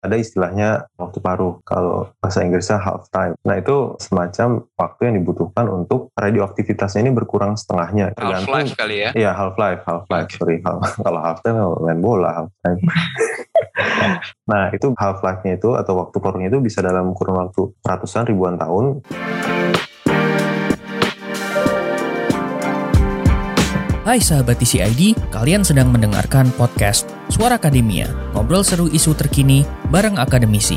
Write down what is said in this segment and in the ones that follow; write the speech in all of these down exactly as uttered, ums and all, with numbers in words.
ada istilahnya waktu paruh, kalau bahasa Inggrisnya half time. Nah itu semacam waktu yang dibutuhkan untuk radioaktivitasnya ini berkurang setengahnya. Half life kali ya? Iya half life, half life. Okay. Sorry, kalau half time main bola half time. Nah itu half life-nya itu atau waktu paruhnya itu bisa dalam kurun waktu ratusan ribuan tahun. Hai sahabat T C I D, kalian sedang mendengarkan podcast Suara Akademia, ngobrol seru isu terkini bareng akademisi.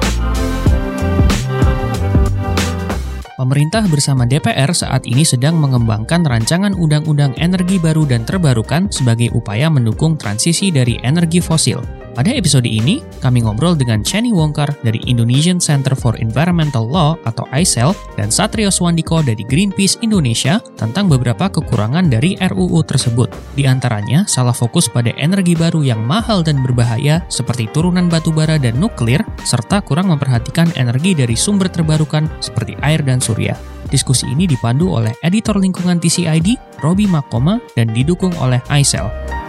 Pemerintah bersama D P R saat ini sedang mengembangkan rancangan undang-undang energi baru dan terbarukan sebagai upaya mendukung transisi dari energi fosil. Pada episode ini, kami ngobrol dengan Chenny Wongkar dari Indonesian Center for Environmental Law atau I C E L dan Satrio Swandiko dari Greenpeace Indonesia tentang beberapa kekurangan dari R U U tersebut. Di antaranya, salah fokus pada energi baru yang mahal dan berbahaya seperti turunan batu bara dan nuklir, serta kurang memperhatikan energi dari sumber terbarukan seperti air dan surya. Diskusi ini dipandu oleh editor lingkungan T C I D, Robi Makoma, dan didukung oleh I C E L.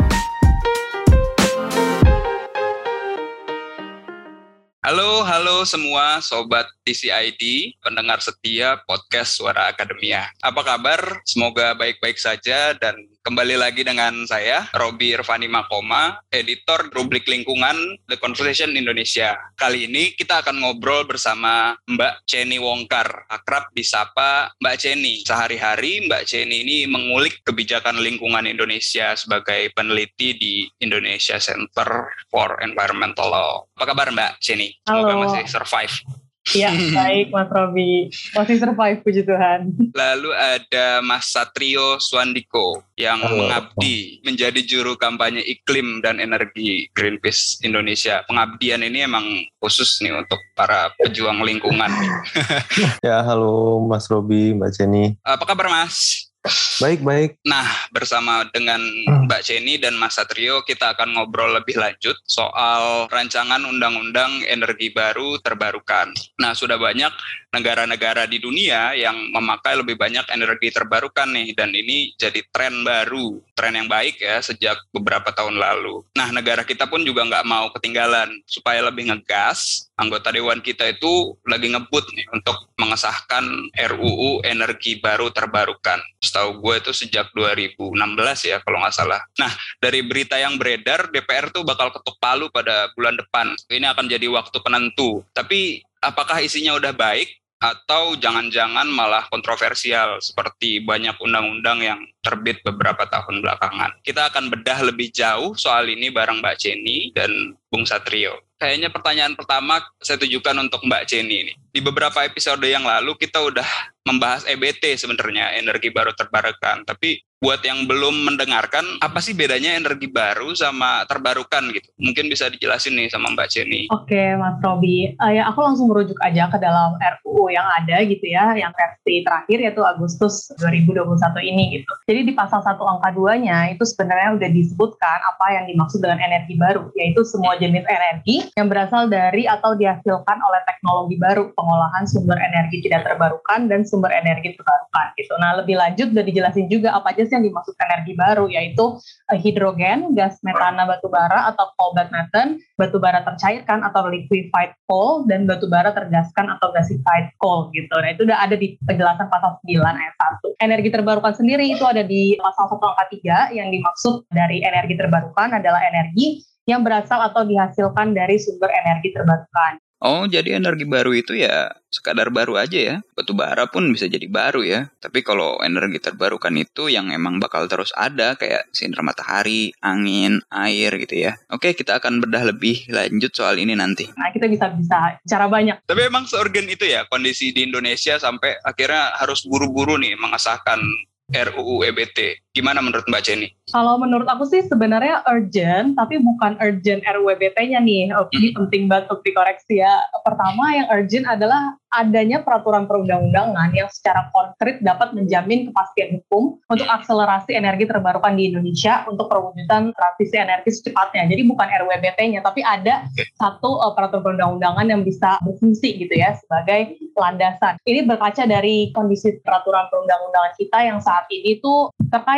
Halo, halo semua Sobat T C I D, pendengar setia podcast Suara Akademia. Apa kabar? Semoga baik-baik saja dan kembali lagi dengan saya, Robi Irvani Makoma, editor rubrik lingkungan The Conversation Indonesia. Kali ini kita akan ngobrol bersama Mbak Chenny Wongkar, akrab disapa Mbak Chenny. Sehari-hari Mbak Chenny ini mengulik kebijakan lingkungan Indonesia sebagai peneliti di Indonesia Center for Environmental Law. Apa kabar Mbak Chenny? Semoga Halo. masih survive. Iya, baik Mas Robi. Masih survive, puji Tuhan. Lalu ada Mas Satrio Swandiko yang Halo. mengabdi menjadi juru kampanye iklim dan energi Greenpeace Indonesia. Pengabdian ini emang khusus nih untuk para pejuang lingkungan. Ya halo Mas Robi, Mbak Chenny. Apa kabar Mas? Baik-baik. Nah, bersama dengan Mbak Chenny dan Mas Satrio, kita akan ngobrol lebih lanjut soal rancangan undang-undang energi baru terbarukan. Nah, sudah banyak negara-negara di dunia yang memakai lebih banyak energi terbarukan nih, dan ini jadi tren baru, tren yang baik ya sejak beberapa tahun lalu. Nah, negara kita pun juga nggak mau ketinggalan. Supaya lebih ngegas, anggota Dewan kita itu lagi ngebut nih untuk mengesahkan R U U energi baru terbarukan. Setahu gue itu sejak dua ribu enam belas ya kalau nggak salah. Nah, dari berita yang beredar, D P R tuh bakal ketuk palu pada bulan depan. Ini akan jadi waktu penentu. Tapi apakah isinya udah baik? Atau jangan-jangan malah kontroversial seperti banyak undang-undang yang terbit beberapa tahun belakangan. Kita akan bedah lebih jauh soal ini bareng Mbak Chenny dan Bung Satrio. Kayaknya pertanyaan pertama saya tujukan untuk Mbak Chenny ini. Di beberapa episode yang lalu kita udah membahas E B T sebenarnya, energi baru terbarukan. Tapi buat yang belum mendengarkan, apa sih bedanya energi baru sama terbarukan gitu? Mungkin bisa dijelasin nih sama Mbak Chenny. Oke, Mas Robi. Uh, ya, aku langsung merujuk aja ke dalam R U U yang ada gitu ya, yang versi terakhir yaitu Agustus dua ribu dua puluh satu ini gitu. Jadi di pasal satu angka dua-nya itu sebenarnya udah disebutkan apa yang dimaksud dengan energi baru, yaitu semua jenis energi yang berasal dari atau dihasilkan oleh teknologi baru, pengolahan sumber energi tidak terbarukan dan sumber energi terbarukan gitu. Nah, lebih lanjut udah dijelasin juga apa aja yang dimaksud energi baru, yaitu uh, hidrogen, gas metana batubara atau coal bed methane, batubara tercairkan atau liquefied coal, dan batubara tergaskan atau gasified coal gitu. Nah, itu udah ada di penjelasan pasal sembilan ayat satu. Energi terbarukan sendiri itu ada di pasal satu angka tiga, yang dimaksud dari energi terbarukan adalah energi yang berasal atau dihasilkan dari sumber energi terbarukan. Oh, jadi energi baru itu ya sekadar baru aja ya. Batu bara pun bisa jadi baru ya. Tapi kalau energi terbarukan itu yang emang bakal terus ada, kayak sinar matahari, angin, air gitu ya. Oke, kita akan bedah lebih lanjut soal ini nanti. Nah, kita bisa-bisa cara banyak. Tapi emang seurgen itu ya kondisi di Indonesia sampai akhirnya harus buru-buru nih mengesahkan R U U E B T. Gimana menurut Mbak Chenny? Kalau menurut aku sih sebenarnya urgent, tapi bukan urgent R U U E B T-nya nih. Oh, ini penting banget untuk dikoreksi ya. Pertama yang urgent adalah adanya peraturan perundang-undangan yang secara konkret dapat menjamin kepastian hukum untuk akselerasi energi terbarukan di Indonesia untuk perwujudan transisi energi secepatnya. Jadi bukan R U U E B T-nya, tapi ada satu uh, peraturan perundang-undangan yang bisa berfungsi gitu ya sebagai landasan. Ini berkaca dari kondisi peraturan perundang-undangan kita yang saat ini tuh terkait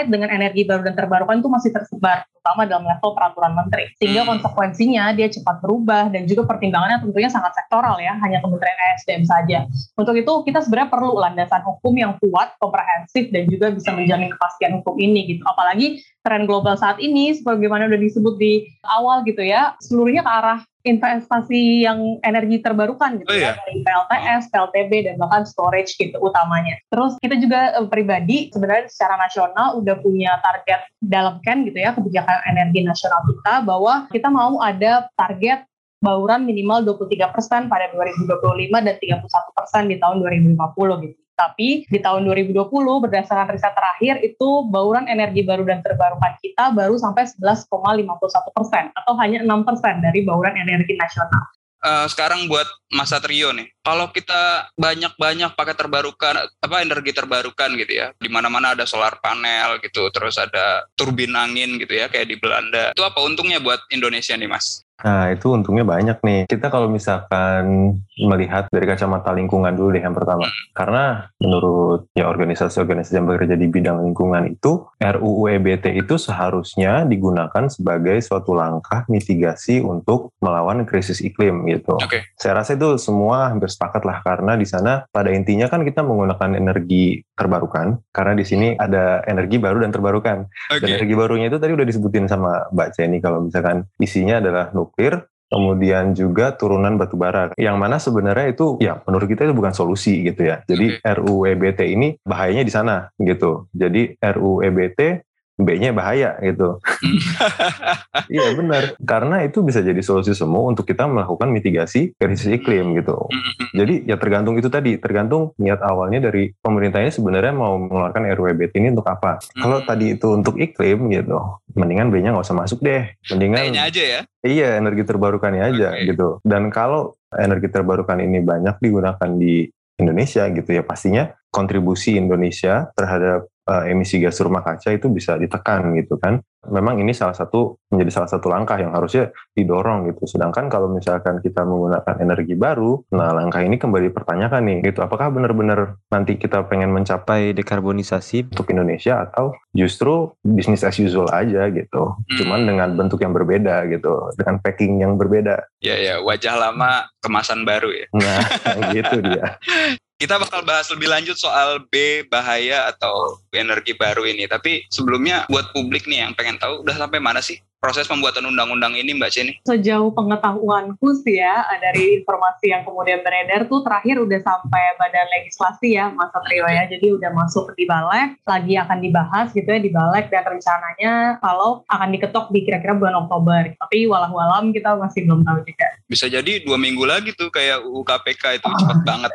terkait dengan energi baru dan terbarukan itu masih tersebar, terutama dalam level peraturan menteri. Sehingga konsekuensinya dia cepat berubah dan juga pertimbangannya tentunya sangat sektoral ya, hanya Kementerian E S D M saja. Untuk itu kita sebenarnya perlu landasan hukum yang kuat, komprehensif, dan juga bisa menjamin kepastian hukum ini gitu. Apalagi tren global saat ini, sebagaimana udah disebut di awal gitu ya, seluruhnya ke arah investasi yang energi terbarukan gitu oh, ya, iya. dari P L T S, P L T B, dan bahkan storage gitu utamanya. Terus kita juga eh, pribadi sebenarnya secara nasional udah punya target dalam K E N gitu ya, kebijakan energi nasional kita, bahwa kita mau ada target bauran minimal dua puluh tiga persen pada dua ribu dua puluh lima dan tiga puluh satu persen di tahun dua ribu lima puluh gitu. Tapi di tahun dua ribu dua puluh berdasarkan riset terakhir itu bauran energi baru dan terbarukan kita baru sampai sebelas koma lima puluh satu persen atau hanya enam persen dari bauran energi nasional. Uh, sekarang buat Mas Satrio nih, kalau kita banyak-banyak pakai terbarukan, apa energi terbarukan gitu ya, di mana-mana ada solar panel gitu, terus ada turbin angin gitu ya, kayak di Belanda. Itu apa untungnya buat Indonesia nih Mas? Nah, itu untungnya banyak nih. Kita kalau misalkan melihat dari kacamata lingkungan dulu deh yang pertama. Hmm. Karena menurut ya organisasi-organisasi yang bekerja di bidang lingkungan itu, R U U E B T itu seharusnya digunakan sebagai suatu langkah mitigasi untuk melawan krisis iklim gitu. Okay. Saya rasa itu semua hampir sepakat lah, karena di sana pada intinya kan kita menggunakan energi terbarukan, karena di sini ada energi baru dan terbarukan. Okay. Dan energi barunya itu tadi udah disebutin sama Mbak Jenny, kalau misalkan isinya adalah nuklir, kemudian juga turunan batu bara, yang mana sebenarnya itu ya menurut kita itu bukan solusi gitu ya. Jadi okay. R U U E B T ini bahayanya di sana gitu. Jadi R U U E B T B-nya bahaya gitu. Iya benar, karena itu bisa jadi solusi semu untuk kita melakukan mitigasi krisis iklim gitu. Jadi ya tergantung itu tadi, tergantung niat awalnya dari pemerintah ini sebenarnya mau mengeluarkan R U U E B T ini untuk apa. Kalau tadi itu untuk iklim gitu, mendingan B-nya nggak usah masuk deh. Mendingan B-nya aja ya? Iya, energi terbarukannya aja okay. gitu. Dan kalau energi terbarukan ini banyak digunakan di Indonesia gitu ya, pastinya kontribusi Indonesia terhadap uh, emisi gas rumah kaca itu bisa ditekan gitu kan. Memang ini salah satu menjadi salah satu langkah yang harusnya didorong gitu. Sedangkan kalau misalkan kita menggunakan energi baru, nah langkah ini kembali dipertanyakan nih gitu. Apakah benar-benar nanti kita pengen mencapai dekarbonisasi untuk Indonesia atau justru business as usual aja gitu. Hmm. Cuman dengan bentuk yang berbeda gitu, dengan packing yang berbeda. Ya ya, wajah lama kemasan baru ya. Nah, gitu dia. Kita bakal bahas lebih lanjut soal B, bahaya atau energi baru ini. Tapi sebelumnya buat publik nih yang pengen tahu, udah sampai mana sih proses pembuatan undang-undang ini Mbak Jenny? Sejauh pengetahuanku sih ya, dari informasi yang kemudian beredar tuh terakhir udah sampai badan legislasi ya Mas Satrio ya. Jadi udah masuk di Balek, lagi akan dibahas gitu ya di Balek, dan rencananya kalau akan diketok di kira-kira bulan Oktober. Tapi walau-walam kita masih belum tahu juga. Bisa jadi dua minggu lagi tuh kayak U U K P K itu, oh. Cepet banget.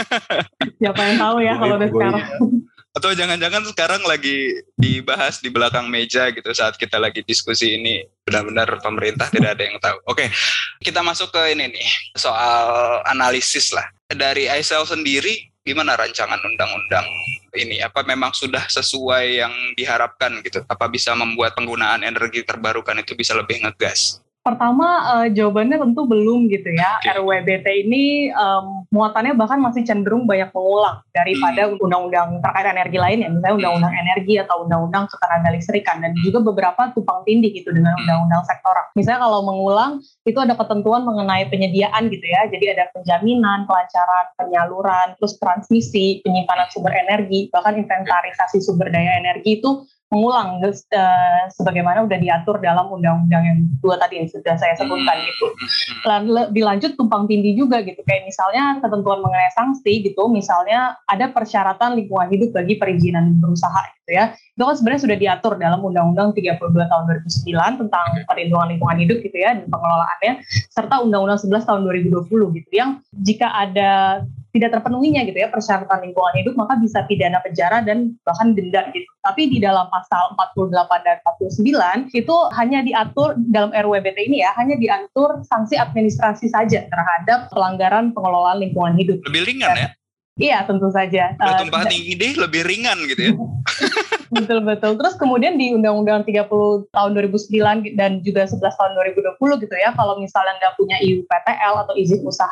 Siapa yang tahu ya kalau udah sekarang. Atau jangan-jangan sekarang lagi dibahas di belakang meja gitu saat kita lagi diskusi ini. Benar-benar pemerintah tidak ada yang tahu. Oke, kita masuk ke ini nih, soal analisis lah. Dari I S E L sendiri, gimana rancangan undang-undang ini? Apa memang sudah sesuai yang diharapkan gitu? Apa bisa membuat penggunaan energi terbarukan itu bisa lebih ngegas? Pertama, uh, jawabannya tentu belum gitu ya. Okay. R U U E B T ini um, muatannya bahkan masih cenderung banyak mengulang daripada hmm. undang-undang terkait energi lain ya, misalnya undang-undang energi atau undang-undang ketenaga listrikan, dan juga beberapa tumpang tindih gitu dengan undang-undang sektoral. Misalnya kalau mengulang, itu ada ketentuan mengenai penyediaan gitu ya, jadi ada penjaminan, kelancaran, penyaluran, terus transmisi, penyimpanan sumber energi, bahkan inventarisasi sumber daya energi itu mengulang uh, sebagaimana udah diatur dalam undang-undang yang dua tadi yang sudah saya sebutkan gitu. Lalu dilanjut tumpang tindih juga gitu, kayak misalnya ketentuan mengenai sanksi gitu, misalnya ada persyaratan lingkungan hidup bagi perizinan berusaha gitu ya. Itu kan sebenarnya sudah diatur dalam Undang-Undang tiga puluh dua tahun dua ribu sembilan tentang perlindungan lingkungan hidup gitu ya, dan pengelolaannya, serta Undang-Undang sebelas tahun dua ribu dua puluh gitu, yang jika ada tidak terpenuhinya gitu ya persyaratan lingkungan hidup, maka bisa pidana penjara dan bahkan denda gitu. Tapi di dalam pasal empat puluh delapan dan empat puluh sembilan itu hanya diatur dalam R U U E B T ini ya, hanya diatur sanksi administrasi saja terhadap pelanggaran pengelolaan lingkungan hidup. Lebih ringan dan, ya? Iya, tentu saja. Udah tumpah uh, tinggi deh, lebih ringan gitu ya. Betul-betul. Terus kemudian di Undang-Undang tiga puluh tahun dua ribu sembilan dan juga sebelas tahun dua ribu dua puluh gitu ya, kalau misalnya nggak punya I U P T L atau izin usaha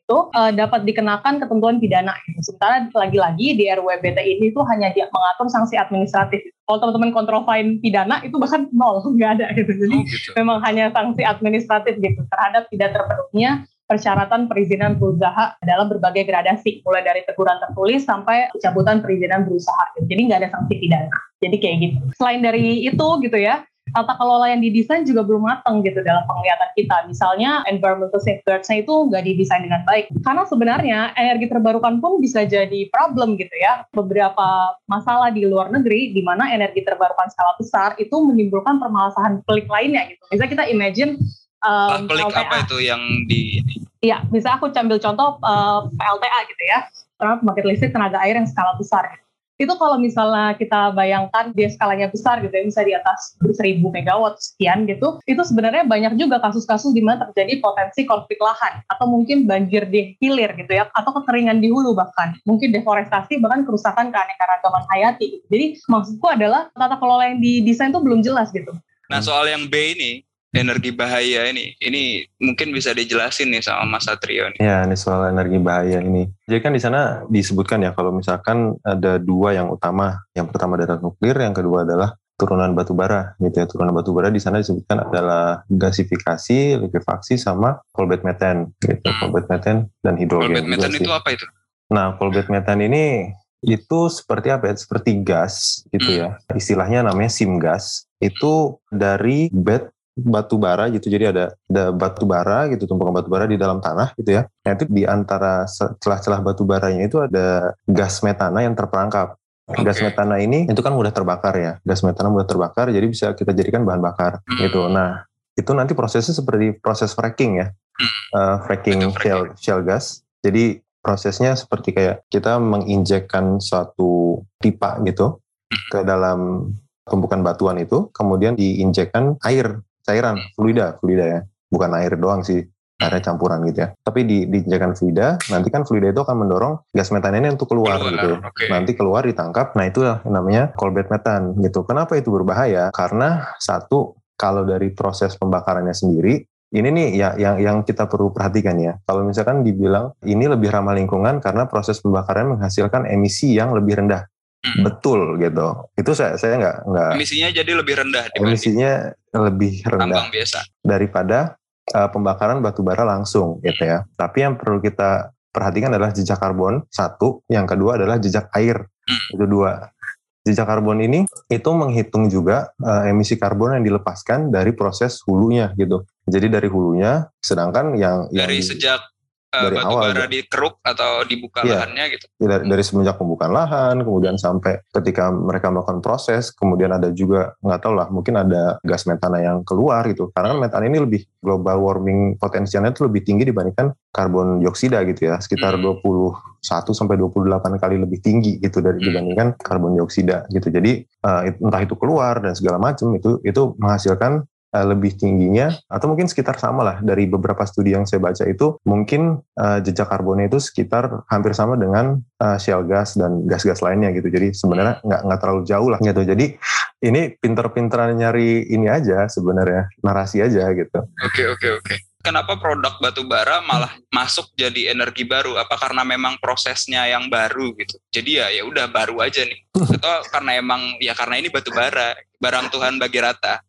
itu uh, dapat dikenakan ketentuan pidana. Gitu. Sementara lagi-lagi di R U U B T ini itu hanya dia mengatur sanksi administratif. Kalau teman-teman kontrol fine pidana itu bahkan nol, nggak ada gitu. Jadi oh, gitu. Memang hanya sanksi administratif gitu terhadap tidak terpenuhinya persyaratan perizinan berusaha dalam berbagai gradasi, mulai dari teguran tertulis sampai pencabutan perizinan berusaha. Jadi nggak ada sanksi pidana. Jadi kayak gitu. Selain dari itu gitu ya, tata kelola yang didesain juga belum matang gitu dalam penglihatan kita. Misalnya environmental safeguards-nya itu nggak didesain dengan baik. Karena sebenarnya energi terbarukan pun bisa jadi problem gitu ya. Beberapa masalah di luar negeri di mana energi terbarukan skala besar itu menimbulkan permasalahan pelik lainnya gitu. Misalnya kita imagine Um, pelik P L T A. Apa itu yang di... Iya, bisa aku ambil contoh uh, P L T A gitu ya, pembangkit listrik tenaga air yang skala besar. Itu kalau misalnya kita bayangkan dia skalanya besar gitu ya, misalnya di atas seribu megawatt sekian gitu, itu sebenarnya banyak juga kasus-kasus di mana terjadi potensi konflik lahan, atau mungkin banjir di hilir gitu ya, atau kekeringan di hulu bahkan, mungkin deforestasi, bahkan kerusakan keanekaragaman hayati gitu. Jadi maksudku adalah tata kelola yang didesain itu belum jelas gitu. Nah soal yang B ini, energi bahaya ini, ini mungkin bisa dijelasin nih sama Mas Satrio nih. Ya, ini soal energi bahaya ini. Jadi kan di sana disebutkan ya kalau misalkan ada dua yang utama. Yang pertama adalah nuklir, yang kedua adalah turunan batu bara gitu ya. Turunan batu bara di sana disebutkan adalah gasifikasi, likuifaksi sama coalbed methane gitu. Hmm. Coalbed methane dan hidrogen. Coalbed methane itu apa itu? Nah, coalbed methane ini itu seperti apa ya? Seperti gas gitu hmm. ya. Istilahnya namanya simgas. Itu dari bed batu bara gitu, jadi ada ada batu bara gitu, tumpukan batu bara di dalam tanah gitu ya. Nah itu di antara celah-celah batu baranya itu ada gas metana yang terperangkap. Okay. Gas metana ini itu kan mudah terbakar ya, gas metana mudah terbakar, jadi bisa kita jadikan bahan bakar hmm. gitu. Nah itu nanti prosesnya seperti proses fracking ya, hmm. uh, fracking shale, shale gas. Jadi prosesnya seperti kayak kita menginjekkan suatu pipa gitu ke dalam tumpukan batuan itu, kemudian diinjekkan air. Cairan, fluida, fluida ya, bukan air doang sih, airnya campuran gitu ya. Tapi di diinjekkan fluida, nanti kan fluida itu akan mendorong gas metana ini untuk keluar, keluar gitu. Okay. Nanti keluar ditangkap, nah itu yang namanya coalbed methane gitu. Kenapa itu berbahaya? Karena satu, kalau dari proses pembakarannya sendiri, ini nih ya yang yang kita perlu perhatikan ya. Kalau misalkan dibilang ini lebih ramah lingkungan karena proses pembakaran menghasilkan emisi yang lebih rendah. Hmm. Betul gitu. Itu saya saya nggak nggak. Emisinya jadi lebih rendah. Emisinya lebih rendah biasa daripada uh, pembakaran batu bara langsung gitu ya. Tapi yang perlu kita perhatikan adalah jejak karbon satu, yang kedua adalah jejak air hmm. itu dua. Jejak karbon ini itu menghitung juga uh, emisi karbon yang dilepaskan dari proses hulunya gitu. Jadi dari hulunya, sedangkan yang dari yang sejak dari batu awal, bara dikeruk atau dibuka iya, lahannya gitu. Dari, dari semenjak pembukaan lahan, kemudian sampai ketika mereka melakukan proses, kemudian ada juga nggak tahu lah, mungkin ada gas metana yang keluar gitu. Karena kan metana ini lebih global warming potensialnya itu lebih tinggi dibandingkan karbon dioksida gitu ya, sekitar hmm. dua puluh satu sampai dua puluh delapan kali lebih tinggi gitu dari dibandingkan karbon dioksida gitu. Jadi uh, entah itu keluar dan segala macam itu itu menghasilkan Uh, lebih tingginya atau mungkin sekitar sama lah dari beberapa studi yang saya baca itu mungkin uh, jejak karbonnya itu sekitar hampir sama dengan uh, shale gas dan gas-gas lainnya gitu. Jadi sebenarnya nggak nggak terlalu jauh lah gitu. Jadi ini pinter-pinteran nyari ini aja sebenarnya, narasi aja gitu. Oke okay, oke okay, oke. Okay. Kenapa produk batu bara malah masuk jadi energi baru? Apa karena memang prosesnya yang baru gitu? Jadi ya ya udah baru aja nih. Atau karena emang ya karena ini batu bara, barang Tuhan bagi rata.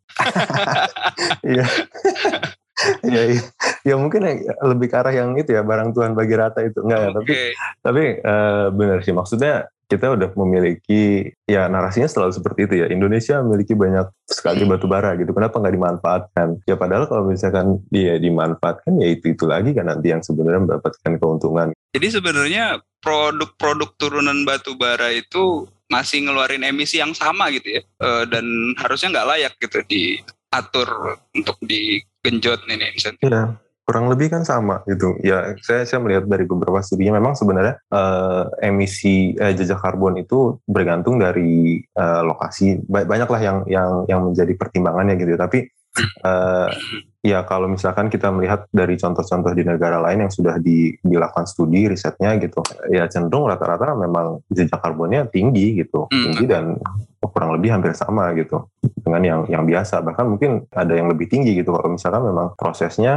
Iya. Iya, iya. Ya mungkin lebih ke arah yang itu ya, barang Tuhan bagi rata itu enggak okay. ya, tapi tapi uh, benar sih, maksudnya kita udah memiliki ya narasinya selalu seperti itu ya. Indonesia memiliki banyak sekali batu bara gitu. Kenapa nggak dimanfaatkan? Ya padahal kalau misalkan dia dimanfaatkan ya itu itu lagi kan nanti yang sebenarnya mendapatkan keuntungan. Jadi sebenarnya produk-produk turunan batu bara itu masih ngeluarin emisi yang sama gitu ya, e, dan harusnya nggak layak gitu diatur untuk digenjot ini insentif. Ya, kurang lebih kan sama gitu. Ya, saya saya melihat dari beberapa studinya memang sebenarnya uh, emisi uh, jejak karbon itu bergantung dari uh, lokasi. Banyaklah yang yang yang menjadi pertimbangannya gitu. Tapi uh, ya kalau misalkan kita melihat dari contoh-contoh di negara lain yang sudah di, dilakukan studi risetnya gitu, ya cenderung rata-rata memang jejak karbonnya tinggi gitu, tinggi dan kurang lebih hampir sama gitu dengan yang yang biasa. Bahkan mungkin ada yang lebih tinggi gitu kalau misalkan memang prosesnya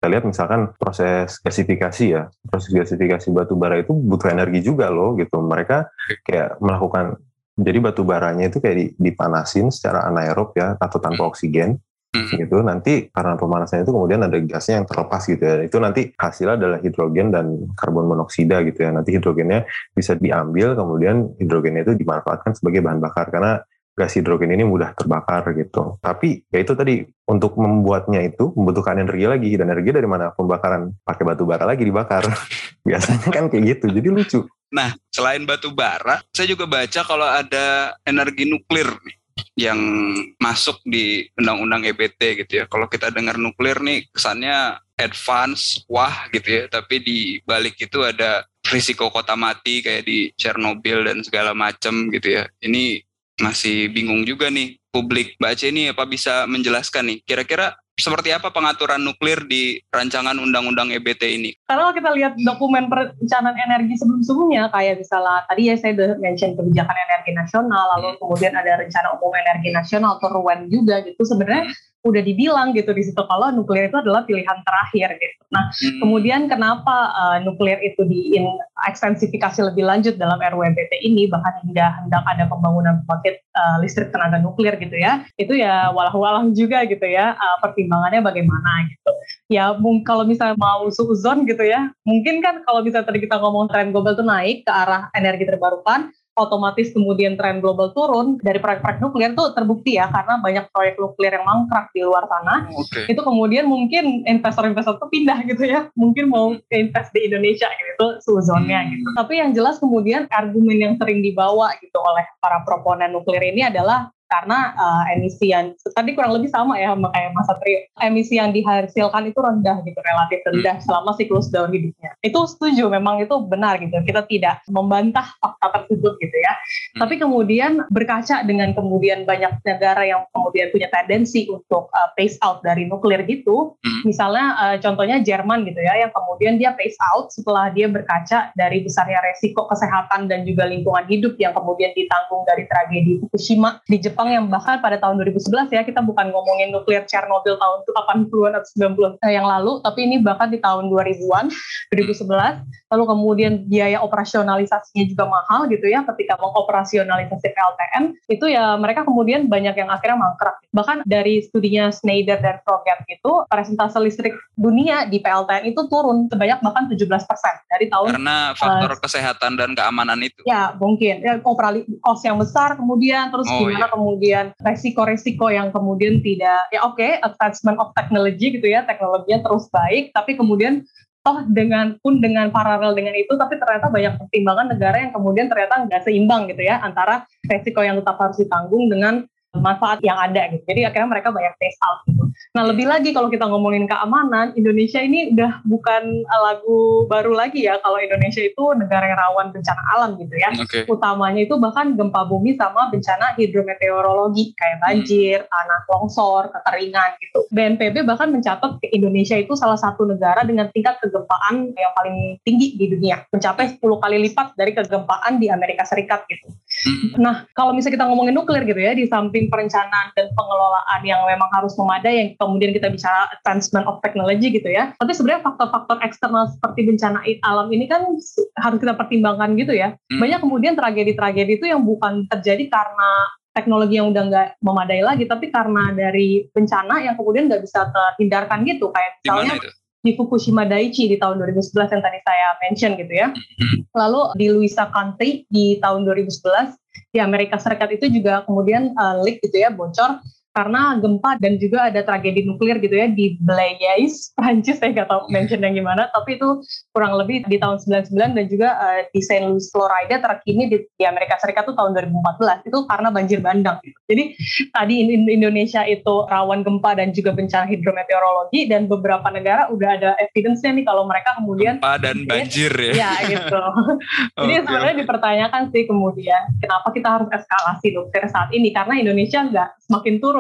Kita lihat misalkan proses gasifikasi ya, proses gasifikasi batu bara itu butuh energi juga loh gitu. Mereka kayak melakukan, jadi batu baranya itu kayak dipanasin secara anaerob ya, atau tanpa oksigen. Gitu, nanti karena pemanasan itu kemudian ada gasnya yang terlepas gitu ya, itu nanti hasilnya adalah hidrogen dan karbon monoksida gitu ya. Nanti hidrogennya bisa diambil, kemudian hidrogennya itu dimanfaatkan sebagai bahan bakar karena gas hidrogen ini mudah terbakar gitu. Tapi ya itu tadi, untuk membuatnya itu membutuhkan energi lagi, dan energi dari mana? Pembakaran pakai batu bara lagi dibakar. Biasanya kan kayak gitu, jadi lucu. Nah, selain batu bara, saya juga baca kalau ada energi nuklir nih yang masuk di undang-undang E B T gitu ya. Kalau kita dengar nuklir nih kesannya advance, wah gitu ya, tapi di balik itu ada risiko kota mati kayak di Chernobyl dan segala macam gitu ya. Ini masih bingung juga nih publik. Mbak Ace ini apa bisa menjelaskan nih kira-kira seperti apa pengaturan nuklir di rancangan undang-undang E B T ini? Karena kalau kita lihat dokumen perencanaan energi sebelum-sebelumnya, kayak misalnya tadi ya saya udah mention kebijakan energi nasional, lalu kemudian ada rencana umum energi nasional atau R U E N juga gitu, sebenarnya udah dibilang gitu di situ kalau nuklir itu adalah pilihan terakhir gitu. Nah, hmm. kemudian kenapa uh, nuklir itu diekstensifikasi lebih lanjut dalam R U U E B T ini, bahkan hingga hendak ada pembangunan pembangkit uh, listrik tenaga nuklir gitu ya, itu ya walau-walau juga gitu ya, uh, pertimbangannya bagaimana gitu. Ya kalau misalnya mau suzon gitu ya, mungkin kan kalau misalnya tadi kita ngomong tren global itu naik ke arah energi terbarukan, otomatis kemudian tren global turun dari proyek-proyek nuklir tuh terbukti ya, karena banyak proyek nuklir yang mangkrak di luar sana. Okay. Itu kemudian mungkin investor-investor tuh pindah gitu ya, mungkin mau invest di Indonesia gitu, suzonnya hmm. gitu. Tapi yang jelas kemudian argumen yang sering dibawa gitu oleh para proponen nuklir ini adalah karena uh, emisi yang tadi kurang lebih sama ya sama kayak Mas Satrio, emisi yang dihasilkan itu rendah gitu, relatif rendah selama siklus daur hidupnya. Itu setuju, memang itu benar gitu, kita tidak membantah fakta tersebut gitu ya. Hmm. Tapi kemudian berkaca dengan kemudian banyak negara yang kemudian punya tendensi untuk uh, phase out dari nuklir gitu, hmm. misalnya uh, contohnya Jerman gitu ya, yang kemudian dia phase out setelah dia berkaca dari besarnya resiko kesehatan dan juga lingkungan hidup yang kemudian ditanggung dari tragedi Fukushima di Jepang, yang bahkan pada tahun dua ribu sebelas ya, kita bukan ngomongin nuklir Chernobyl tahun delapan puluhan atau sembilan puluhan yang lalu, tapi ini bahkan di tahun dua ribuan, dua ribu sebelas, lalu kemudian biaya operasionalisasinya juga mahal gitu ya, ketika mengoperasionalisasi P L T N, itu ya mereka kemudian banyak yang akhirnya mangkrak. Bahkan dari studinya Schneider dan Froger itu, persentase listrik dunia di P L T N itu turun sebanyak bahkan tujuh belas persen dari tahun. Karena faktor uh, kesehatan dan keamanan itu. Ya mungkin, ya, operasi cost yang besar kemudian, terus oh, gimana iya. kemudian kemudian resiko-resiko yang kemudian tidak, ya oke, okay, advancement of technology gitu ya, teknologinya terus baik, tapi kemudian toh dengan pun dengan paralel dengan itu, tapi ternyata banyak pertimbangan negara yang kemudian ternyata nggak seimbang gitu ya, antara resiko yang tetap harus ditanggung dengan manfaat yang ada gitu. Jadi akhirnya mereka banyak phase out gitu. Nah lebih lagi kalau kita ngomongin keamanan, Indonesia ini udah bukan lagu baru lagi ya, kalau Indonesia itu negara yang rawan bencana alam gitu ya. Okay. Utamanya itu bahkan gempa bumi sama bencana hidrometeorologi kayak banjir, hmm. tanah longsor, kekeringan gitu. B N P B bahkan mencatat ke Indonesia itu salah satu negara dengan tingkat kegempaan yang paling tinggi di dunia, mencapai sepuluh kali lipat dari kegempaan di Amerika Serikat gitu. Hmm. Nah kalau misalnya kita ngomongin nuklir gitu ya, di samping perencanaan dan pengelolaan yang memang harus memadai, yang kemudian kita bicara advancement of technology gitu ya, tapi sebenarnya faktor-faktor eksternal seperti bencana alam ini kan harus kita pertimbangkan gitu ya. Hmm. Banyak kemudian tragedi-tragedi itu yang bukan terjadi karena teknologi yang udah nggak memadai lagi, tapi karena dari bencana yang kemudian nggak bisa terhindarkan gitu, kayak misalnya di Fukushima Daiichi di tahun dua ribu sebelas yang tadi saya mention gitu ya. Lalu di Louisa County di tahun dua ribu sebelas di Amerika Serikat itu juga kemudian uh, leak gitu ya, bocor karena gempa dan juga ada tragedi nuklir gitu ya di Blaise, Prancis, saya nggak tahu mentionnya gimana, tapi itu kurang lebih di tahun sembilan puluh sembilan, dan juga uh, di Saint Louis, Florida terkini di, di Amerika Serikat itu tahun dua ribu empat belas, itu karena banjir bandang gitu. Jadi tadi Indonesia itu rawan gempa dan juga bencana hidrometeorologi, dan beberapa negara udah ada evidence-nya nih kalau mereka kemudian gempa dan banjir ya. Ya gitu. Jadi okay. sebenarnya dipertanyakan sih kemudian kenapa kita harus eskalasi nuklir saat ini, karena Indonesia nggak semakin turun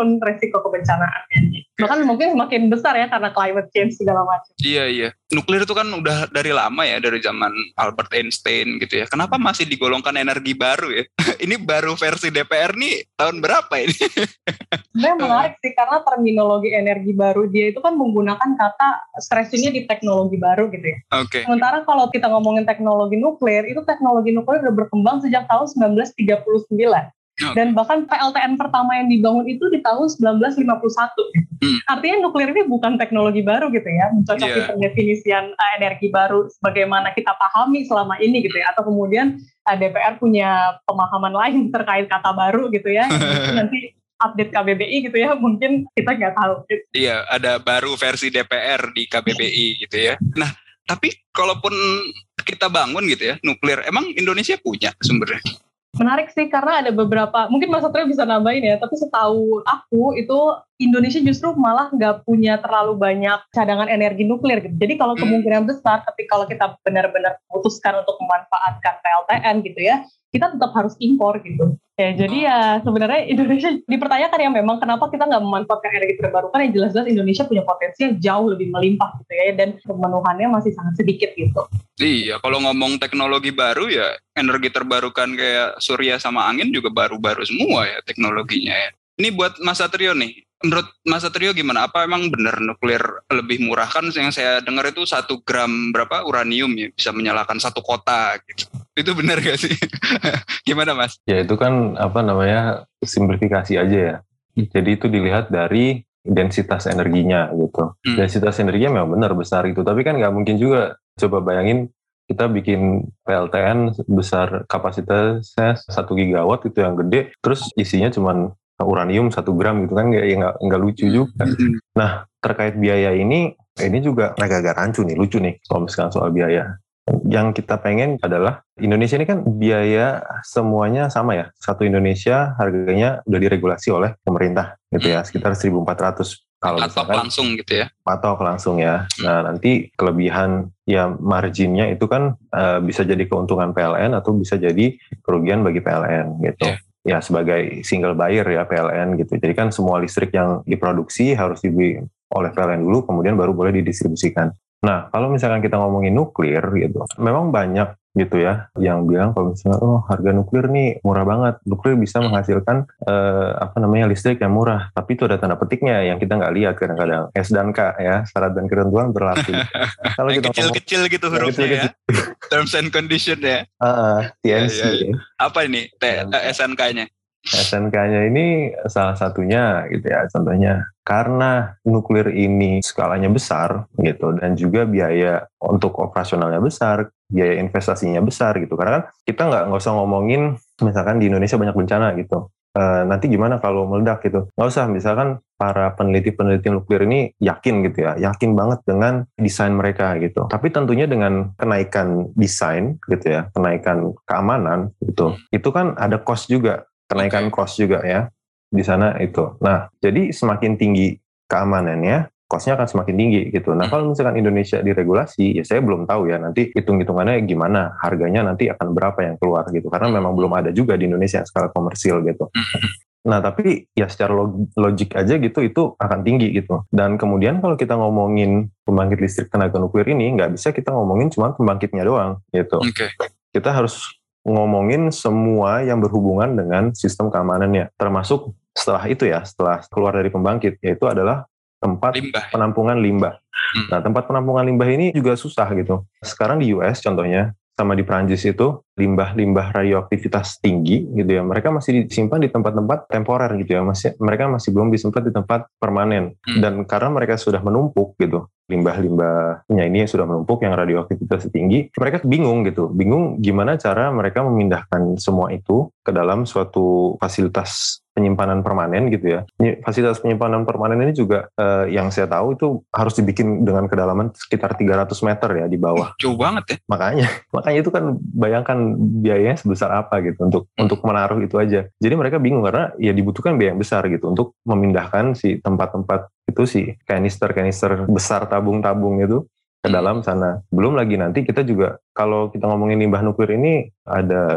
turun resiko kebencanaannya. Bahkan mungkin semakin besar ya karena climate change segala macam. Iya iya. Nuklir itu kan udah dari lama ya, dari zaman Albert Einstein gitu ya. Kenapa masih digolongkan energi baru ya? Ini baru versi D P R nih tahun berapa ini? Sebenarnya menarik sih karena terminologi energi baru dia itu kan menggunakan kata stressingnya di teknologi baru gitu ya. Oke. Okay. Sementara kalau kita ngomongin teknologi nuklir, itu teknologi nuklir udah berkembang sejak tahun sembilan belas tiga puluh sembilan. Okay. Dan bahkan P L T N pertama yang dibangun itu di tahun sembilan belas lima puluh satu. Hmm. Artinya nuklir ini bukan teknologi baru gitu ya, mencocoki yeah. pendefinisian uh, energi baru sebagaimana kita pahami selama ini gitu ya. Atau kemudian uh, D P R punya pemahaman lain terkait kata baru gitu ya. Nanti update K B B I gitu ya, mungkin kita nggak tahu. Gitu. Iya, ada baru versi D P R di K B B I gitu ya. Nah, tapi kalaupun kita bangun gitu ya, nuklir, emang Indonesia punya sumbernya? Menarik sih karena ada beberapa, mungkin Mas Satrio bisa nambahin ya, tapi setahu aku itu Indonesia justru malah nggak punya terlalu banyak cadangan energi nuklir gitu. Jadi kalau kemungkinan besar, tapi kalau kita benar-benar memutuskan untuk memanfaatkan P L T N gitu ya, kita tetap harus impor gitu. Ya, jadi ya sebenarnya Indonesia dipertanyakan ya memang kenapa kita nggak memanfaatkan energi terbarukan yang jelas-jelas Indonesia punya potensi yang jauh lebih melimpah gitu ya, dan pemenuhannya masih sangat sedikit gitu. Iya, kalau ngomong teknologi baru ya energi terbarukan kayak surya sama angin juga baru-baru semua ya teknologinya ya. Ini buat Mas Satrio nih, menurut Mas Satrio gimana? Apa emang benar nuklir lebih murah? Kan yang saya dengar itu satu gram berapa uranium ya bisa menyalakan satu kota gitu. Itu benar gak sih? Gimana Mas? Ya itu kan apa namanya simplifikasi aja ya. Jadi itu dilihat dari densitas energinya gitu. Hmm. Densitas energinya memang benar besar itu. Tapi kan gak mungkin juga. Coba bayangin kita bikin P L T N besar kapasitasnya satu gigawatt itu yang gede. Terus isinya cuman uranium satu gram gitu kan ya nggak nggak lucu juga. Nah terkait biaya ini ini juga agak-agak rancu nih, lucu nih kalau misalkan soal biaya. Yang kita pengen adalah Indonesia ini kan biaya semuanya sama ya, satu Indonesia harganya udah diregulasi oleh pemerintah gitu ya, sekitar seribu empat ratus kalau patok langsung gitu ya, patok langsung ya. Nah nanti kelebihan ya marginnya itu kan uh, bisa jadi keuntungan P L N atau bisa jadi kerugian bagi P L N gitu. Yeah. Ya sebagai single buyer ya P L N gitu. Jadi kan semua listrik yang diproduksi harus dibeli oleh P L N dulu, kemudian baru boleh didistribusikan. Nah kalau misalkan kita ngomongin nuklir gitu, memang banyak gitu ya yang bilang kalau misalnya oh harga nuklir nih murah banget, nuklir bisa menghasilkan eh, apa namanya listrik yang murah. Tapi itu ada tanda petiknya yang kita nggak lihat kadang-kadang. S dan K ya, syarat dan ketentuan berlaku. Kalau kita kecil-kecil ngomong, gitu hurufnya ya, terms and condition ya. Uh, T N C. Ya, ya, ya. Apa ini T, S N K-nya? S N K-nya ini salah satunya gitu ya, contohnya karena nuklir ini skalanya besar gitu dan juga biaya untuk operasionalnya besar, biaya investasinya besar gitu. Karena kan kita nggak nggak usah ngomongin misalkan di Indonesia banyak bencana gitu. E, nanti gimana kalau meledak gitu? Nggak usah, misalkan para peneliti-peneliti nuklir ini yakin gitu ya, yakin banget dengan desain mereka gitu. Tapi tentunya dengan kenaikan desain gitu ya, kenaikan keamanan gitu, itu kan ada cost juga. Kenaikan cost juga ya di sana itu. Nah, jadi semakin tinggi keamanannya, cost-nya akan semakin tinggi gitu. Nah, kalau misalkan Indonesia diregulasi, ya saya belum tahu ya nanti hitung-hitungannya gimana, harganya nanti akan berapa yang keluar gitu. Karena memang belum ada juga di Indonesia skala komersil gitu. Nah, tapi ya secara log- logik aja gitu, itu akan tinggi gitu. Dan kemudian kalau kita ngomongin pembangkit listrik tenaga nuklir ini, nggak bisa kita ngomongin cuma pembangkitnya doang gitu. Okay. Kita harus ngomongin semua yang berhubungan dengan sistem keamanannya, termasuk setelah itu ya, setelah keluar dari pembangkit, yaitu adalah tempat limbah. penampungan limbah. Hmm. Nah, tempat penampungan limbah ini juga susah gitu. Sekarang di U S contohnya, sama di Perancis itu, limbah-limbah radioaktivitas tinggi gitu ya, mereka masih disimpan di tempat-tempat temporer gitu ya, masih mereka masih belum disimpan di tempat permanen. Hmm. Dan karena mereka sudah menumpuk gitu, limbah-limbahnya ini sudah menumpuk yang radioaktivitas tinggi, mereka bingung gitu, bingung gimana cara mereka memindahkan semua itu ke dalam suatu fasilitas penyimpanan permanen gitu ya. Fasilitas penyimpanan permanen ini juga eh, yang saya tahu itu harus dibikin dengan kedalaman sekitar tiga ratus meter ya di bawah. Jauh banget ya. Makanya, makanya itu kan bayangkan biayanya sebesar apa gitu untuk hmm. untuk menaruh itu aja. Jadi mereka bingung karena ya dibutuhkan biaya yang besar gitu untuk memindahkan si tempat-tempat itu si kanister-kanister besar tabung-tabung itu ke dalam sana. Belum lagi nanti kita juga kalau kita ngomongin limbah nuklir ini ada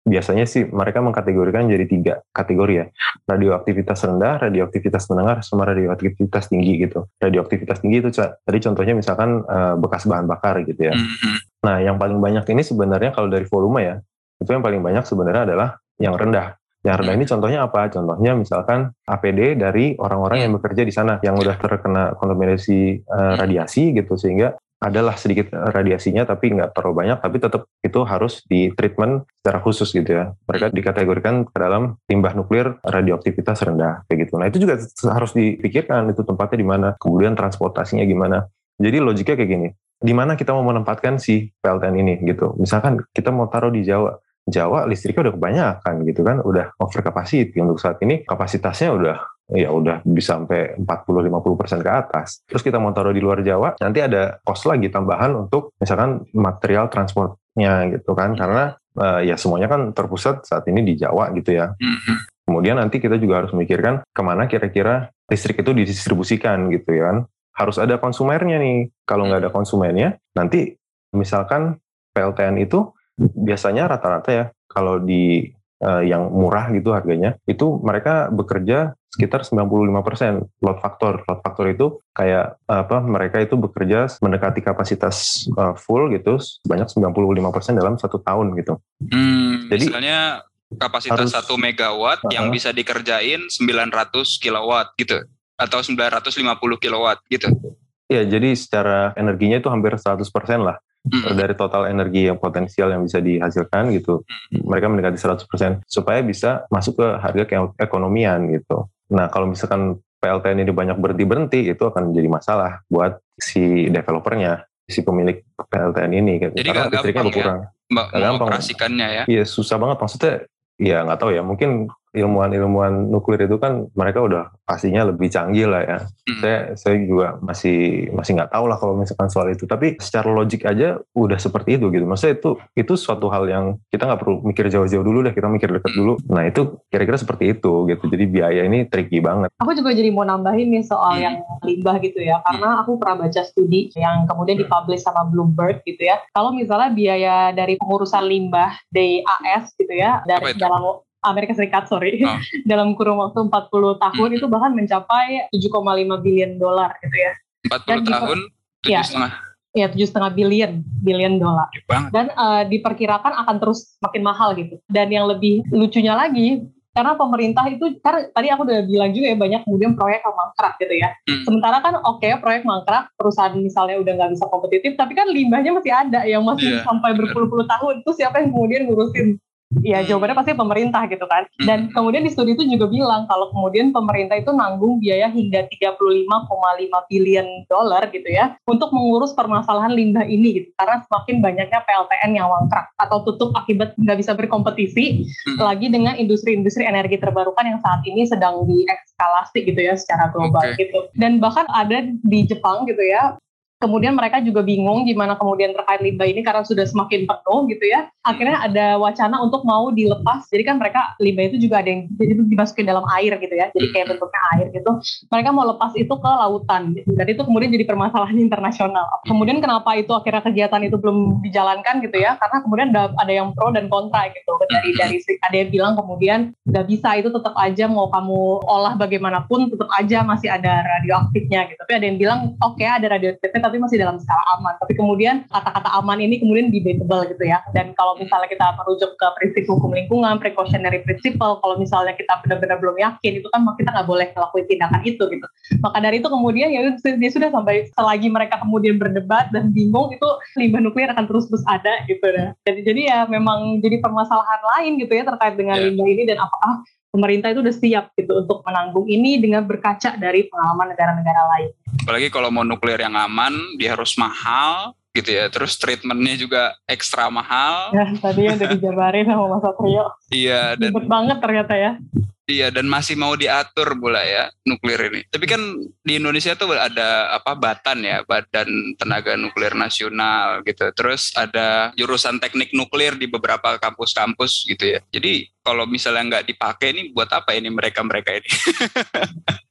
biasanya sih mereka mengkategorikan jadi tiga kategori ya. Radioaktivitas rendah, radioaktivitas menengah, sama radioaktivitas tinggi gitu. Radioaktivitas tinggi itu tadi contohnya misalkan uh, bekas bahan bakar gitu ya. Mm-hmm. Nah, yang paling banyak ini sebenarnya kalau dari volume ya, itu yang paling banyak sebenarnya adalah yang rendah. Yang rendah ini contohnya apa? Contohnya misalkan A P D dari orang-orang yang bekerja di sana yang udah terkena kontaminasi uh, radiasi gitu, sehingga adalah sedikit radiasinya tapi nggak terlalu banyak, tapi tetap itu harus di treatment secara khusus gitu ya. Mereka dikategorikan ke dalam limbah nuklir radioaktivitas rendah kayak gitu. Nah itu juga harus dipikirkan itu tempatnya di mana, kemudian transportasinya gimana. Jadi logiknya kayak gini, di mana kita mau menempatkan si P L T N ini gitu. Misalkan kita mau taruh di Jawa, Jawa listriknya udah kebanyakan gitu kan, udah over capacity untuk saat ini, kapasitasnya udah ya udah bisa sampai empat puluh sampai lima puluh persen ke atas. Terus kita mau taruh di luar Jawa, nanti ada cost lagi tambahan untuk misalkan material transportnya gitu kan, karena uh, ya semuanya kan terpusat saat ini di Jawa gitu ya. Mm-hmm. Kemudian nanti kita juga harus memikirkan kemana kira-kira listrik itu didistribusikan gitu ya kan. Harus ada konsumernya nih. Kalau nggak ada konsumennya, nanti misalkan P L T N itu biasanya rata-rata ya, kalau di uh, yang murah gitu harganya, itu mereka bekerja sekitar sembilan puluh lima persen load factor. Load factor itu kayak apa, mereka itu bekerja mendekati kapasitas uh, full gitu, sebanyak sembilan puluh lima persen dalam satu tahun gitu. Hmm, Jadi misalnya kapasitas satu megawatt uh-huh. yang bisa dikerjain sembilan ratus kilowatt gitu, atau sembilan ratus lima puluh kilowatt gitu. Ya, jadi secara energinya itu hampir seratus persen lah. Mm-hmm. Dari total energi yang potensial yang bisa dihasilkan gitu, mereka mendekati seratus persen supaya bisa masuk ke harga keekonomian gitu. Nah kalau misalkan P L T N ini banyak berhenti-berhenti, itu akan menjadi masalah buat si developernya, si pemilik P L T N ini gitu. Jadi karena listriknya berkurang. Ya, mengoperasikannya ya? Iya susah banget, maksudnya ya nggak tahu ya, mungkin ilmuwan-ilmuwan nuklir itu kan mereka udah pastinya lebih canggih lah ya. Hmm. Saya saya juga masih masih nggak tahu lah kalau misalkan soal itu. Tapi secara logik aja udah seperti itu gitu. Maksudnya itu itu suatu hal yang kita nggak perlu mikir jauh-jauh dulu deh, kita mikir dekat dulu. Nah itu kira-kira seperti itu gitu. Jadi biaya ini tricky banget. Aku juga jadi mau nambahin nih soal hmm. yang limbah gitu ya. Karena aku pernah baca studi yang kemudian dipublish sama Bloomberg gitu ya. Kalau misalnya biaya dari pengurusan limbah di A S gitu ya, dari dalam Amerika Serikat, sorry, oh. dalam kurun waktu empat puluh tahun hmm. itu bahkan mencapai tujuh koma lima billion dolar gitu ya. empat puluh Dan tahun, tujuh setengah. Ya, tujuh setengah billion, billion dolar. Dan uh, diperkirakan akan terus makin mahal gitu. Dan yang lebih lucunya lagi, karena pemerintah itu, karena tadi aku udah bilang juga ya, banyak kemudian proyek yang mangkrak gitu ya. Hmm. Sementara kan oke, okay, proyek mangkrak, perusahaan misalnya udah nggak bisa kompetitif, tapi kan limbahnya masih ada, yang masih yeah, sampai berpuluh-puluh tahun. Terus siapa yang kemudian ngurusin? Ya jawabannya pasti pemerintah gitu kan. Dan kemudian di studi itu juga bilang kalau kemudian pemerintah itu nanggung biaya hingga tiga puluh lima koma lima billion dolar gitu ya untuk mengurus permasalahan limbah ini gitu. Karena semakin banyaknya P L T N yang mangkrak atau tutup akibat nggak bisa berkompetisi hmm. lagi dengan industri-industri energi terbarukan yang saat ini sedang dieskalasi gitu ya secara global okay. gitu. Dan bahkan ada di Jepang gitu ya, kemudian mereka juga bingung gimana kemudian terkait limbah ini karena sudah semakin penuh gitu ya. Akhirnya ada wacana untuk mau dilepas. Jadi kan mereka limbah itu juga ada yang dimasukin dalam air gitu ya. Jadi kayak bentuknya air gitu. Mereka mau lepas itu ke lautan. Dan itu kemudian jadi permasalahan internasional. Kemudian kenapa itu akhirnya kegiatan itu belum dijalankan gitu ya? Karena kemudian ada yang pro dan kontra gitu. Dari dari ada yang bilang kemudian nggak bisa, itu tetap aja mau kamu olah bagaimanapun tetap aja masih ada radioaktifnya gitu. Tapi ada yang bilang oke okay, ada radioaktifnya tapi masih dalam skala aman. Tapi kemudian kata-kata aman ini kemudian debatable gitu ya. Dan kalau misalnya kita merujuk ke prinsip hukum lingkungan, precautionary principle, kalau misalnya kita benar-benar belum yakin, itu kan kita nggak boleh ngelakuin tindakan itu gitu. Maka dari itu kemudian ya dia sudah sampai selagi mereka kemudian berdebat dan bingung, itu limbah nuklir akan terus-terus ada gitu ya. Jadi, jadi ya memang jadi permasalahan lain gitu ya terkait dengan yeah. limbah ini, dan apakah pemerintah itu udah siap gitu untuk menanggung ini dengan berkaca dari pengalaman negara-negara lain. Apalagi kalau mau nuklir yang aman, dia harus mahal gitu ya. Terus treatmentnya juga ekstra mahal. Ya, tadi yang udah dijabarin sama Mas Satrio. Iya. Dan ribet banget ternyata ya. Iya, dan masih mau diatur pula ya nuklir ini. Tapi kan di Indonesia tuh ada apa Batan ya, Badan Tenaga Nuklir Nasional gitu. Terus ada jurusan teknik nuklir di beberapa kampus-kampus gitu ya. Jadi kalau misalnya nggak dipakai ini buat apa ini mereka-mereka ini?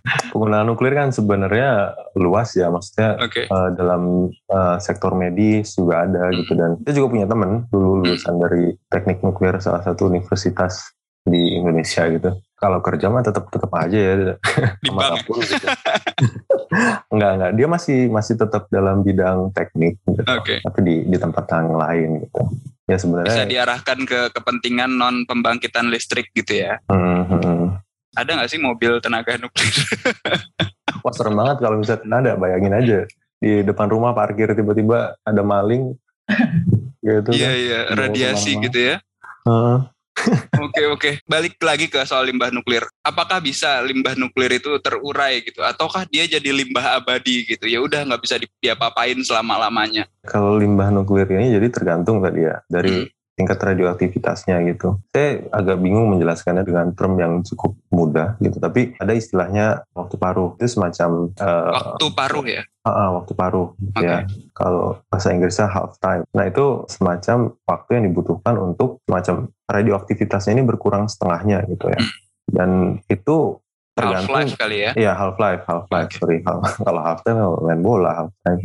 Penggunaan nuklir kan sebenarnya luas ya, maksudnya okay. uh, dalam uh, sektor medis juga ada hmm. gitu, dan kita juga punya teman dulu lulusan hmm. dari teknik nuklir salah satu universitas di Indonesia gitu. Kalau kerja mah tetap tetap aja ya, dimanapun gitu. enggak enggak dia masih masih tetap dalam bidang teknik gitu, okay. tapi di di tempat yang lain gitu. Ya sebenarnya bisa diarahkan ke kepentingan non pembangkitan listrik gitu ya. Hmm, hmm. Ada nggak sih mobil tenaga nuklir? Wah serem banget kalau misalnya ada, bayangin aja di depan rumah parkir tiba-tiba ada maling gitu. Iya kan. iya, radiasi gitu ya. Uh. Oke oke, balik lagi ke soal limbah nuklir. Apakah bisa limbah nuklir itu terurai gitu, ataukah dia jadi limbah abadi gitu? Ya udah nggak bisa diapa-apain selama-lamanya. Kalau limbah nuklir ini jadi tergantung tadi ya dari hmm. tingkat radioaktivitasnya gitu. Saya agak bingung menjelaskannya dengan term yang cukup mudah gitu, tapi ada istilahnya waktu paruh. Itu semacam uh, waktu paruh ya? Uh, uh, waktu paruh okay. ya. Kalau bahasa Inggrisnya half time. Nah itu semacam waktu yang dibutuhkan untuk semacam radioaktivitasnya ini berkurang setengahnya gitu ya. Dan itu tergantung half life kali ya? Iya half life, half life. Okay. Sorry, kalau half time main bola half time.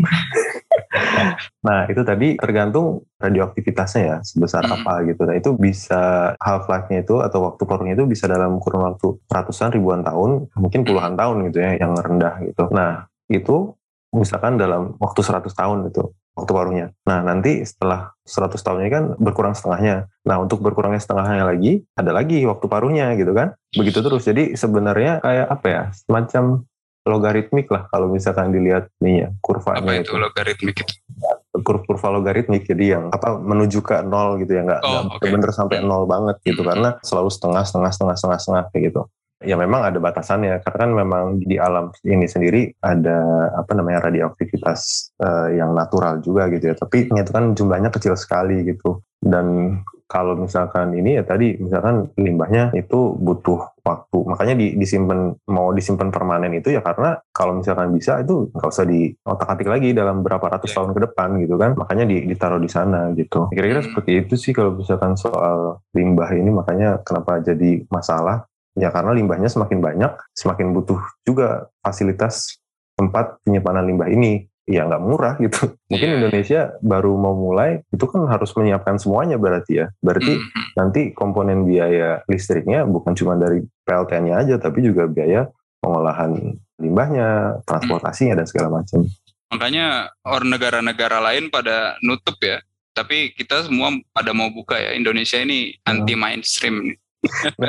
Nah itu tadi tergantung radioaktivitasnya ya sebesar hmm. apa gitu. Nah itu bisa half life-nya itu atau waktu paruhnya itu bisa dalam kurun waktu ratusan ribuan tahun, mungkin puluhan tahun gitu ya yang rendah gitu. Nah itu misalkan dalam waktu seratus tahun itu waktu paruhnya. Nah nanti setelah seratus tahun ini kan berkurang setengahnya. Nah untuk berkurangnya setengahnya lagi ada lagi waktu paruhnya gitu kan. Begitu terus. Jadi sebenarnya kayak apa ya, semacam logaritmik lah kalau misalkan dilihat nih ya kurvanya. Apa itu, itu. logaritmik itu? Kurva logaritmik, jadi yang apa menuju ke nol gitu ya, nggak oh, okay. bener sampai nol banget gitu, karena selalu setengah setengah setengah setengah setengah kayak gitu. Ya memang ada batasannya karena kan memang di alam ini sendiri ada apa namanya radioaktivitas uh, yang natural juga gitu ya, tapi itu kan jumlahnya kecil sekali gitu. Dan kalau misalkan ini ya tadi misalkan limbahnya itu butuh waktu, makanya di, disimpan, mau disimpan permanen itu ya karena kalau misalkan bisa itu nggak usah di otak-atik lagi dalam berapa ratus tahun ke depan gitu kan, makanya di, ditaruh di sana gitu. Kira-kira seperti itu sih kalau misalkan soal limbah ini, makanya kenapa jadi masalah. Ya karena limbahnya semakin banyak, semakin butuh juga fasilitas tempat penyimpanan limbah ini. Ya nggak murah gitu. Mungkin yeah. Indonesia baru mau mulai, itu kan harus menyiapkan semuanya berarti ya. Berarti mm-hmm. nanti komponen biaya listriknya bukan cuma dari P L T N-nya aja, tapi juga biaya pengolahan limbahnya, transportasinya, mm. dan segala macam. Makanya orang negara-negara lain pada nutup ya. Tapi kita semua pada mau buka ya. Indonesia ini anti mainstream nih. Nah,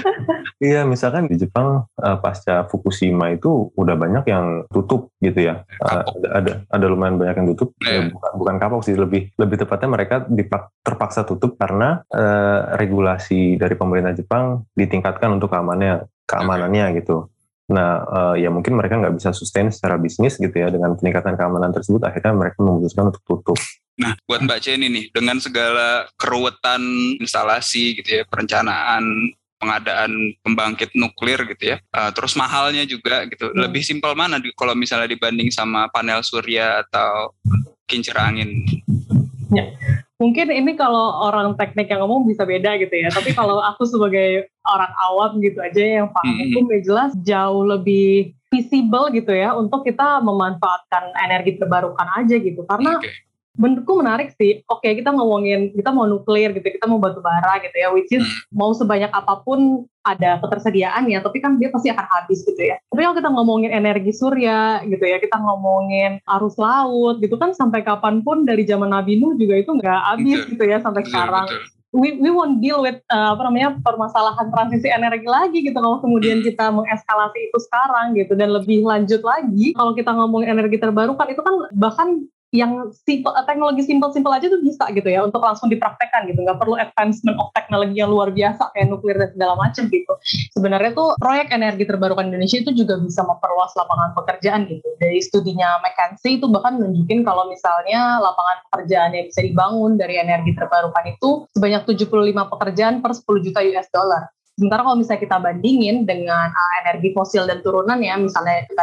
iya, misalkan di Jepang uh, pasca Fukushima itu udah banyak yang tutup gitu ya. Uh, ada, ada ada lumayan banyak yang tutup. Yeah. Ya, bukan bukan kapok sih, lebih lebih tepatnya mereka dipak, terpaksa tutup karena uh, regulasi dari pemerintah Jepang ditingkatkan untuk keamanannya keamanannya okay. gitu. Nah, uh, ya mungkin mereka nggak bisa sustain secara bisnis gitu ya dengan peningkatan keamanan tersebut. Akhirnya mereka memutuskan untuk tutup. Nah, buat Mbak Jenny nih, dengan segala keruwetan instalasi gitu ya, perencanaan, pengadaan pembangkit nuklir gitu ya, uh, terus mahalnya juga gitu, hmm. lebih simpel mana di, kalau misalnya dibanding sama panel surya atau kincir angin? Ya, mungkin ini kalau orang teknik yang ngomong bisa beda gitu ya, tapi kalau aku sebagai orang awam gitu aja yang paham hmm. hukum, ya jelas jauh lebih visible gitu ya untuk kita memanfaatkan energi terbarukan aja gitu, karena okay. menurutku menarik sih. Oke, okay, kita ngomongin, kita mau nuklir gitu, kita mau batu bara gitu ya, which is mau sebanyak apapun ada ketersediaannya, tapi kan dia pasti akan habis gitu ya. Tapi kalau kita ngomongin energi surya gitu ya, kita ngomongin arus laut gitu kan, sampai kapanpun dari zaman Nabi Nuh juga itu nggak habis betul. Gitu ya sampai betul, sekarang. Betul. We, we won't deal with uh, apa namanya permasalahan transisi energi lagi gitu kalau kemudian kita mengeskalasi itu sekarang gitu. Dan lebih lanjut lagi, kalau kita ngomongin energi terbarukan itu kan bahkan yang simple, teknologi simpel-simpel aja tuh bisa gitu ya untuk langsung dipraktekkan gitu, nggak perlu advancement of teknologi yang luar biasa kayak nuklir dan segala macam gitu. Sebenarnya tuh proyek energi terbarukan Indonesia itu juga bisa memperluas lapangan pekerjaan gitu. Dari studinya McKinsey itu bahkan nunjukin kalau misalnya lapangan pekerjaan yang bisa dibangun dari energi terbarukan itu sebanyak tujuh puluh lima pekerjaan per sepuluh juta U S dollar. Sementara kalau misalnya kita bandingin dengan uh, energi fosil dan turunannya, misalnya kita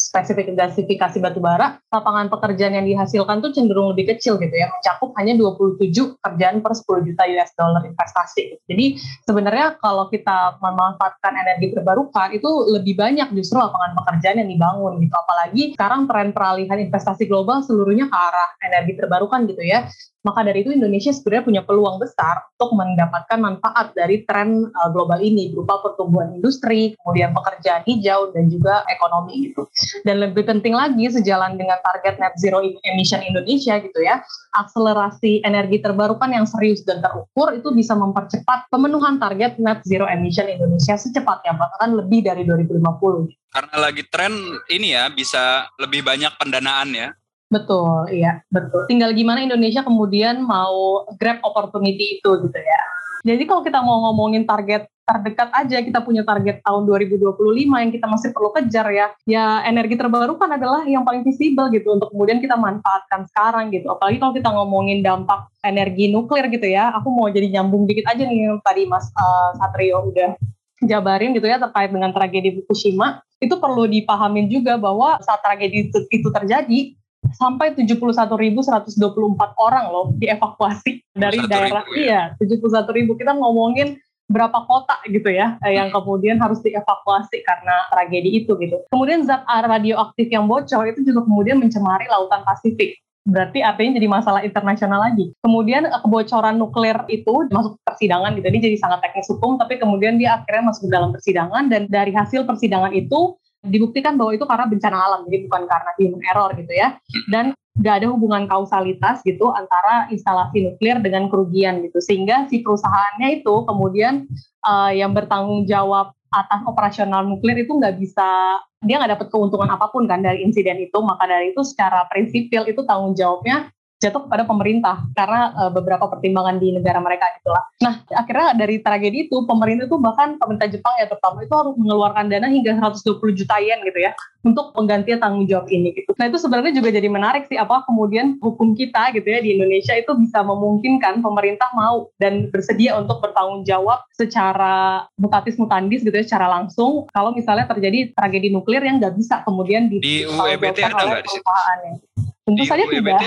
spesifik gasifikasi batubara, lapangan pekerjaan yang dihasilkan tuh cenderung lebih kecil gitu ya, mencakup hanya dua puluh tujuh pekerjaan per sepuluh juta U S dollar investasi. Jadi sebenarnya kalau kita memanfaatkan energi terbarukan itu lebih banyak justru lapangan pekerjaan yang dibangun gitu. Apalagi sekarang tren peralihan investasi global seluruhnya ke arah energi terbarukan gitu ya. Maka dari itu Indonesia sebenarnya punya peluang besar untuk mendapatkan manfaat dari tren uh, global ini berupa pertumbuhan industri, kemudian pekerjaan hijau, dan juga ekonomi gitu. Dan lebih penting lagi, sejalan dengan target net zero emission Indonesia gitu ya, akselerasi energi terbarukan yang serius dan terukur itu bisa mempercepat pemenuhan target net zero emission Indonesia secepatnya, bahkan lebih dari dua ribu lima puluh. Karena lagi tren ini ya, bisa lebih banyak pendanaan ya. Betul, iya, betul. Tinggal gimana Indonesia kemudian mau grab opportunity itu gitu ya. Jadi kalau kita mau ngomongin target terdekat aja, kita punya target tahun dua ribu dua puluh lima yang kita masih perlu kejar ya. Ya energi terbarukan adalah yang paling visible gitu untuk kemudian kita manfaatkan sekarang gitu. Apalagi kalau kita ngomongin dampak energi nuklir gitu ya. Aku mau jadi nyambung dikit aja nih yang tadi Mas uh, Satrio udah jabarin gitu ya terkait dengan tragedi Fukushima. Itu perlu dipahamin juga bahwa saat tragedi itu, itu terjadi, sampai tujuh puluh satu ribu seratus dua puluh empat orang loh dievakuasi dari daerah ribu, ya? Iya, tujuh puluh satu ribu. Kita ngomongin berapa kota gitu ya hmm. yang kemudian harus dievakuasi karena tragedi itu gitu. Kemudian zat radioaktif yang bocor itu juga kemudian mencemari lautan Pasifik. Berarti artinya jadi masalah internasional lagi. Kemudian kebocoran nuklir itu masuk ke persidangan gitu. Ini jadi sangat teknis hukum, tapi kemudian dia akhirnya masuk ke dalam persidangan, dan dari hasil persidangan itu dibuktikan bahwa itu karena bencana alam, jadi bukan karena human error gitu ya, dan nggak ada hubungan kausalitas gitu antara instalasi nuklir dengan kerugian gitu, sehingga si perusahaannya itu kemudian uh, yang bertanggung jawab atas operasional nuklir itu nggak bisa, dia nggak dapat keuntungan apapun kan dari insiden itu. Maka dari itu secara prinsipil itu tanggung jawabnya jatuh kepada pemerintah karena e, beberapa pertimbangan di negara mereka gitulah. Nah, akhirnya dari tragedi itu pemerintah itu bahkan pemerintah Jepang ya terutama itu harus mengeluarkan dana hingga seratus dua puluh juta yen gitu ya untuk penggantian tanggung jawab ini gitu. Nah, itu sebenarnya juga jadi menarik sih apa kemudian hukum kita gitu ya di Indonesia itu bisa memungkinkan pemerintah mau dan bersedia untuk bertanggung jawab secara mutatis mutandis gitu ya, secara langsung kalau misalnya terjadi tragedi nuklir yang nggak bisa kemudian di U U E B T ada nggak di situ? Tentu saja tidak.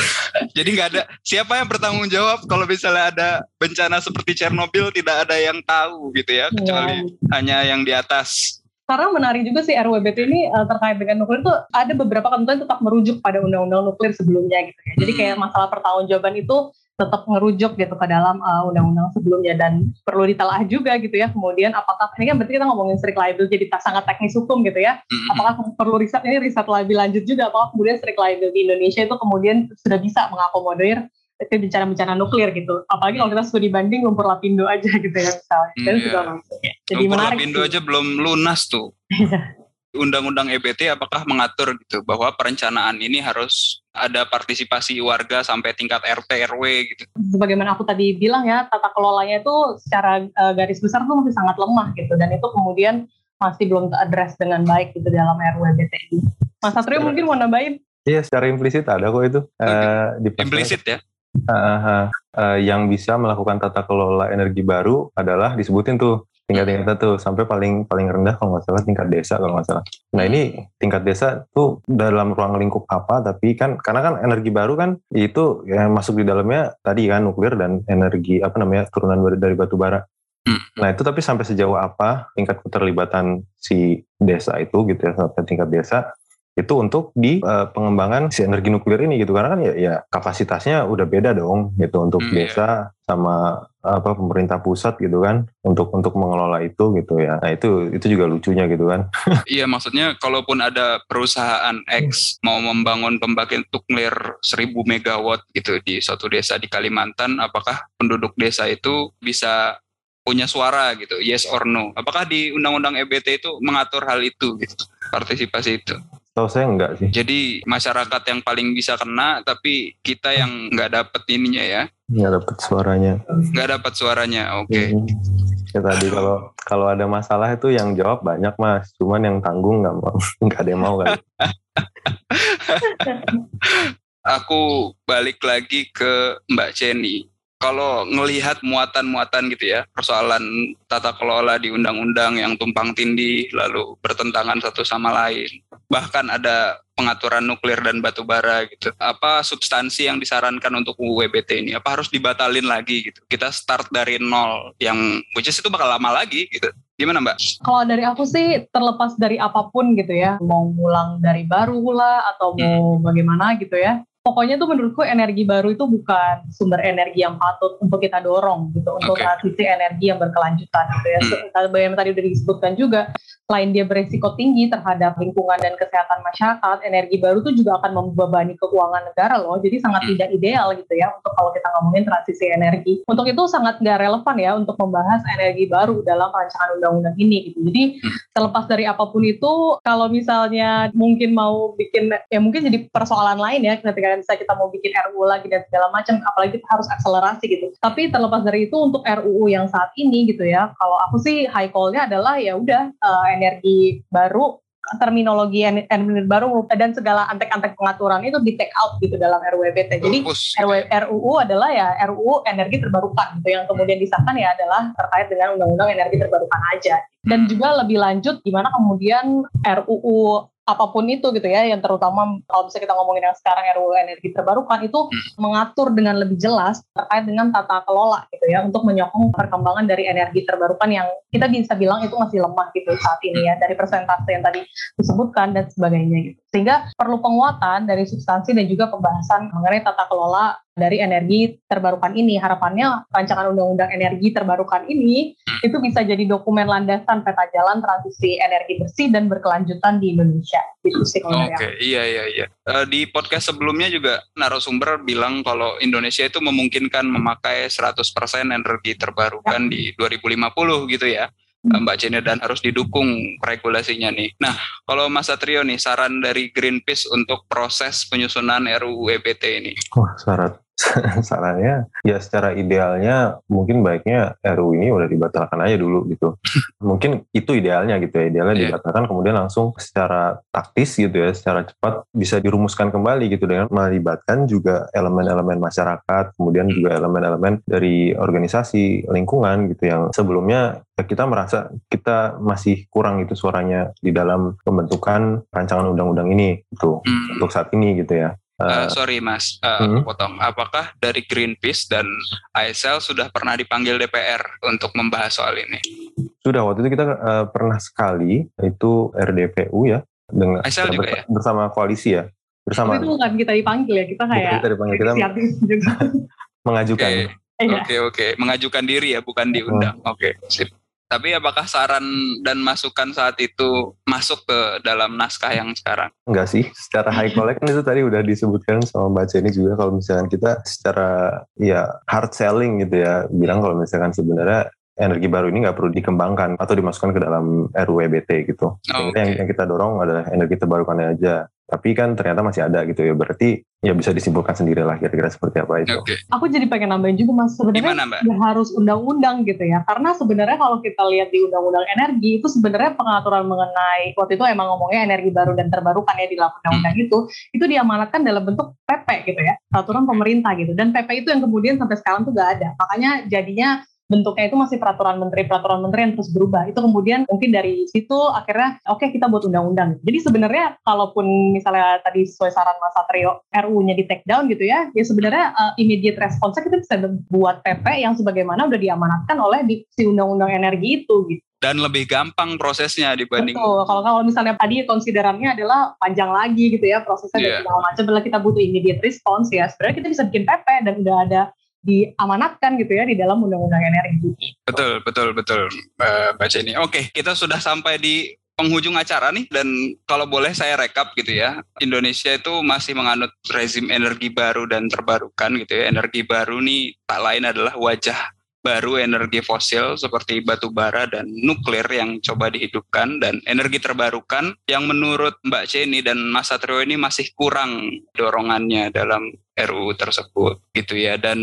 Jadi nggak ada, siapa yang bertanggung jawab kalau misalnya ada bencana seperti Chernobyl, tidak ada yang tahu gitu ya, kecuali ya. hanya yang di atas. Karena menarik juga sih R W B T ini uh, terkait dengan nuklir itu ada beberapa ketentuan tetap merujuk pada undang-undang nuklir sebelumnya gitu ya. Jadi kayak masalah pertanggungjawaban itu tetap ngerujuk gitu ke dalam uh, undang-undang sebelumnya, dan perlu ditelaah juga gitu ya. Kemudian apakah ini kan berarti kita ngomongin strict liability jadi sangat teknis hukum gitu ya. Apakah perlu riset, ini riset lebih lanjut juga apakah kemudian strict liability di Indonesia itu kemudian sudah bisa mengakomodir bencana-bencana nuklir gitu. Apalagi kalau kita sudah dibanding lumpur lapindo aja gitu ya misalnya. Hmm, yeah. Juga ya. Jadi lumpur menarik. Lapindo aja belum lunas tuh. Undang-undang E B T apakah mengatur gitu bahwa perencanaan ini harus ada partisipasi warga sampai tingkat R T R W gitu. Sebagaimana aku tadi bilang ya, tata kelolanya itu secara uh, garis besar tuh masih sangat lemah gitu, dan itu kemudian masih belum teradres dengan baik gitu dalam R W B T ini. Mas Satrio mungkin mau nambahin? Iya, secara implisit ada kok itu. Uh, di implisit ya? Uh, uh, uh, yang bisa melakukan tata kelola energi baru adalah disebutin tuh tingkat-tingkatnya tuh sampai paling paling rendah kalau nggak salah tingkat desa kalau nggak salah. Nah ini tingkat desa tuh dalam ruang lingkup apa, tapi kan karena kan energi baru kan itu yang masuk di dalamnya tadi kan nuklir dan energi apa namanya turunan dari batu bara. Nah itu tapi sampai sejauh apa tingkat keterlibatan si desa itu gitu ya, sampai tingkat desa itu untuk di uh, pengembangan si energi nuklir ini gitu, karena kan ya, ya kapasitasnya udah beda dong gitu untuk hmm, desa iya. sama apa pemerintah pusat gitu kan untuk untuk mengelola itu gitu ya. Nah itu itu juga lucunya gitu kan. Iya, maksudnya kalaupun ada perusahaan X mau membangun pembangkit nuklir seribu megawatt gitu di suatu desa di Kalimantan, apakah penduduk desa itu bisa punya suara gitu, yes or no? Apakah di undang-undang E B T itu mengatur hal itu gitu, partisipasi itu? Tahu saya enggak sih. Jadi masyarakat yang paling bisa kena, tapi kita yang nggak dapet ininya ya? Nggak dapet suaranya. Nggak dapet suaranya, oke. Okay. Hmm. Ya tadi kalau kalau ada masalah itu yang jawab banyak mas, cuman yang tanggung nggak mau, nggak ada yang mau kan. Aku balik lagi ke Mbak Jenny. kalau ngelihat muatan-muatan gitu ya, persoalan tata kelola di undang-undang yang tumpang tindih lalu bertentangan satu sama lain, bahkan ada pengaturan nuklir dan batu bara gitu. Apa substansi yang disarankan untuk U U W B T ini? Apa harus dibatalin lagi gitu? Kita start dari nol, yang which is itu bakal lama lagi gitu. Gimana Mbak? Kalau dari aku sih terlepas dari apapun gitu ya, mau ngulang dari baru lah atau mau hmm. bagaimana gitu ya. Pokoknya tuh menurutku energi baru itu bukan sumber energi yang patut untuk kita dorong gitu, untuk okay. transisi energi yang berkelanjutan gitu ya. Hmm. Yang tadi udah disebutkan juga, selain dia berisiko tinggi terhadap lingkungan dan kesehatan masyarakat, energi baru itu juga akan membebani keuangan negara loh. Jadi sangat hmm. tidak ideal gitu ya untuk kalau kita ngomongin transisi energi. Untuk itu sangat nggak relevan ya untuk membahas energi baru dalam rancangan undang-undang ini gitu. Jadi hmm. terlepas dari apapun itu, kalau misalnya mungkin mau bikin, ya mungkin jadi persoalan lain ya ketika bisa kita mau bikin R U U lagi dan segala macam, apalagi kita harus akselerasi gitu. Tapi terlepas dari itu, untuk R U U yang saat ini gitu ya, kalau aku sih high call-nya adalah ya udah uh, energi baru, terminologi energi baru dan segala antek-antek pengaturan itu di take out gitu dalam R U U W B T. Jadi R U U adalah ya R U U energi terbarukan gitu, yang kemudian disahkan ya adalah terkait dengan undang-undang energi terbarukan aja. Dan juga lebih lanjut gimana kemudian R U U apapun itu gitu ya, yang terutama kalau bisa kita ngomongin yang sekarang R U U energi terbarukan itu hmm. mengatur dengan lebih jelas terkait dengan tata kelola gitu ya, untuk menyokong perkembangan dari energi terbarukan yang kita bisa bilang itu masih lemah gitu saat ini ya, dari persentase yang tadi disebutkan dan sebagainya gitu. Sehingga perlu penguatan dari substansi dan juga pembahasan mengenai tata kelola dari energi terbarukan ini. Harapannya rancangan undang-undang energi terbarukan ini itu bisa jadi dokumen landasan peta jalan transisi energi bersih dan berkelanjutan di Indonesia. Gitu sih kalau Oke, okay. iya iya iya. Uh, di podcast sebelumnya juga narasumber bilang kalau Indonesia itu memungkinkan memakai seratus persen energi terbarukan ya. Di dua ribu lima puluh gitu ya. Mbak Jenny, dan harus didukung regulasinya nih. Nah, kalau Mas Satrio nih, saran dari Greenpeace untuk proses penyusunan R U U W B T ini? Wah, syarat sarannya ya secara idealnya mungkin baiknya R U U ini udah dibatalkan aja dulu gitu. Mungkin itu idealnya gitu ya, idealnya yeah. dibatalkan kemudian langsung secara taktis gitu ya, secara cepat bisa dirumuskan kembali gitu dengan melibatkan juga elemen-elemen masyarakat, kemudian juga elemen-elemen dari organisasi lingkungan gitu yang sebelumnya kita merasa kita masih kurang itu suaranya di dalam pembentukan rancangan undang-undang ini gitu hmm. untuk saat ini gitu ya. Uh, sorry Mas, uh, hmm? aku potong. Apakah dari Greenpeace dan I S L sudah pernah dipanggil D P R untuk membahas soal ini? Sudah, waktu itu kita uh, pernah sekali, itu R D P U ya, dengan I S L juga ber- ya? bersama koalisi ya. Bersama. Tapi itu bukan kita dipanggil ya, kita kayak kita dipanggil, kita mengajukan. Oke, okay. oke, okay, okay. Mengajukan diri ya, bukan diundang. Oke, okay. Sip. Tapi apakah saran dan masukan saat itu masuk ke dalam naskah yang sekarang? Enggak sih, secara high collect kan itu tadi udah disebutkan sama Mbak Jenny juga, kalau misalkan kita secara ya hard selling gitu ya, bilang kalau misalkan sebenarnya energi baru ini nggak perlu dikembangkan atau dimasukkan ke dalam R U U W B T gitu. Oh, okay. yang, yang kita dorong adalah energi terbarukannya aja. Tapi kan ternyata masih ada gitu ya, berarti ya bisa disimpulkan sendiri lah kira-kira seperti apa itu. Okay. Aku jadi pengen nambahin juga Mas, sebenarnya nggak harus undang-undang gitu ya, karena sebenarnya kalau kita lihat di undang-undang energi itu sebenarnya pengaturan mengenai, waktu itu emang ngomongnya energi baru dan terbarukan ya di dalam undang-undang hmm. itu, itu diamanatkan dalam bentuk P P gitu ya, peraturan pemerintah gitu, dan P P itu yang kemudian sampai sekarang tuh nggak ada, makanya jadinya bentuknya itu masih peraturan menteri, peraturan menteri yang terus berubah. Itu kemudian mungkin dari situ akhirnya oke okay, kita buat undang-undang. Jadi sebenarnya kalaupun misalnya tadi sesuai saran Mas Satrio R U U-nya di take down gitu ya, ya sebenarnya uh, immediate response-nya kita bisa buat P P yang sebagaimana udah diamanatkan oleh di si undang-undang energi itu gitu. Dan lebih gampang prosesnya dibanding. Betul. Kalau kalau misalnya tadi konsiderannya adalah panjang lagi gitu ya prosesnya yeah. dan segala macam, bila kita butuh immediate response ya sebenarnya kita bisa bikin P P dan udah ada diamanatkan gitu ya di dalam undang-undang energi. Betul, betul, betul, Mbak Jenny. Oke, kita sudah sampai di penghujung acara nih, dan kalau boleh saya rekap gitu ya. Indonesia itu masih menganut rezim energi baru dan terbarukan gitu ya. Energi baru nih tak lain adalah wajah baru energi fosil seperti batu bara dan nuklir yang coba dihidupkan, dan energi terbarukan yang menurut Mbak Jenny dan Mas Satrio ini masih kurang dorongannya dalam R U U tersebut gitu ya. Dan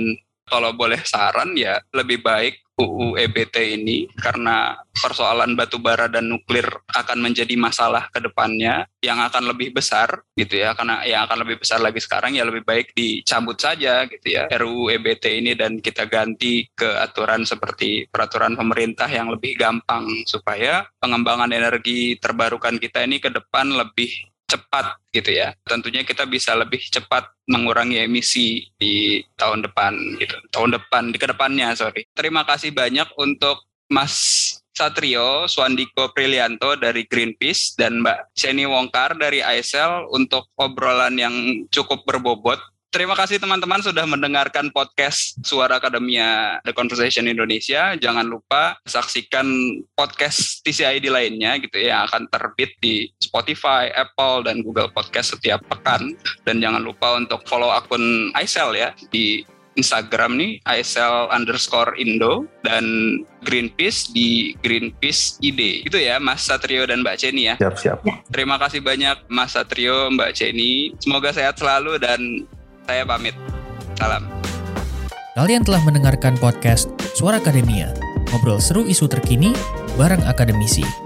Kalau boleh saran ya lebih baik U U E B T ini, karena persoalan batu bara dan nuklir akan menjadi masalah ke depannya yang akan lebih besar gitu ya, karena yang akan lebih besar lagi sekarang, ya lebih baik dicabut saja gitu ya R U U E B T ini dan kita ganti ke aturan seperti peraturan pemerintah yang lebih gampang supaya pengembangan energi terbarukan kita ini ke depan lebih cepat gitu ya. Tentunya kita bisa lebih cepat mengurangi emisi di tahun depan gitu. Tahun depan, di kedepannya, sorry. Terima kasih banyak untuk Mas Satrio Swandiko Prilianto dari Greenpeace dan Mbak Jenny Wongkar dari I S L untuk obrolan yang cukup berbobot. Terima kasih teman-teman sudah mendengarkan podcast Suara Akademia The Conversation Indonesia. Jangan lupa saksikan podcast T C I D lainnya gitu ya, yang akan terbit di Spotify, Apple, dan Google Podcast setiap pekan. Dan jangan lupa untuk follow akun I S L ya di Instagram nih, I S L underscore Indo, dan Greenpeace di Greenpeace I D. Itu ya Mas Satrio dan Mbak Jenny ya. Siap-siap. Terima kasih banyak Mas Satrio, Mbak Jenny. Semoga sehat selalu dan saya pamit. Salam. Kalian telah mendengarkan podcast Suara Akademia, ngobrol seru isu terkini bareng akademisi.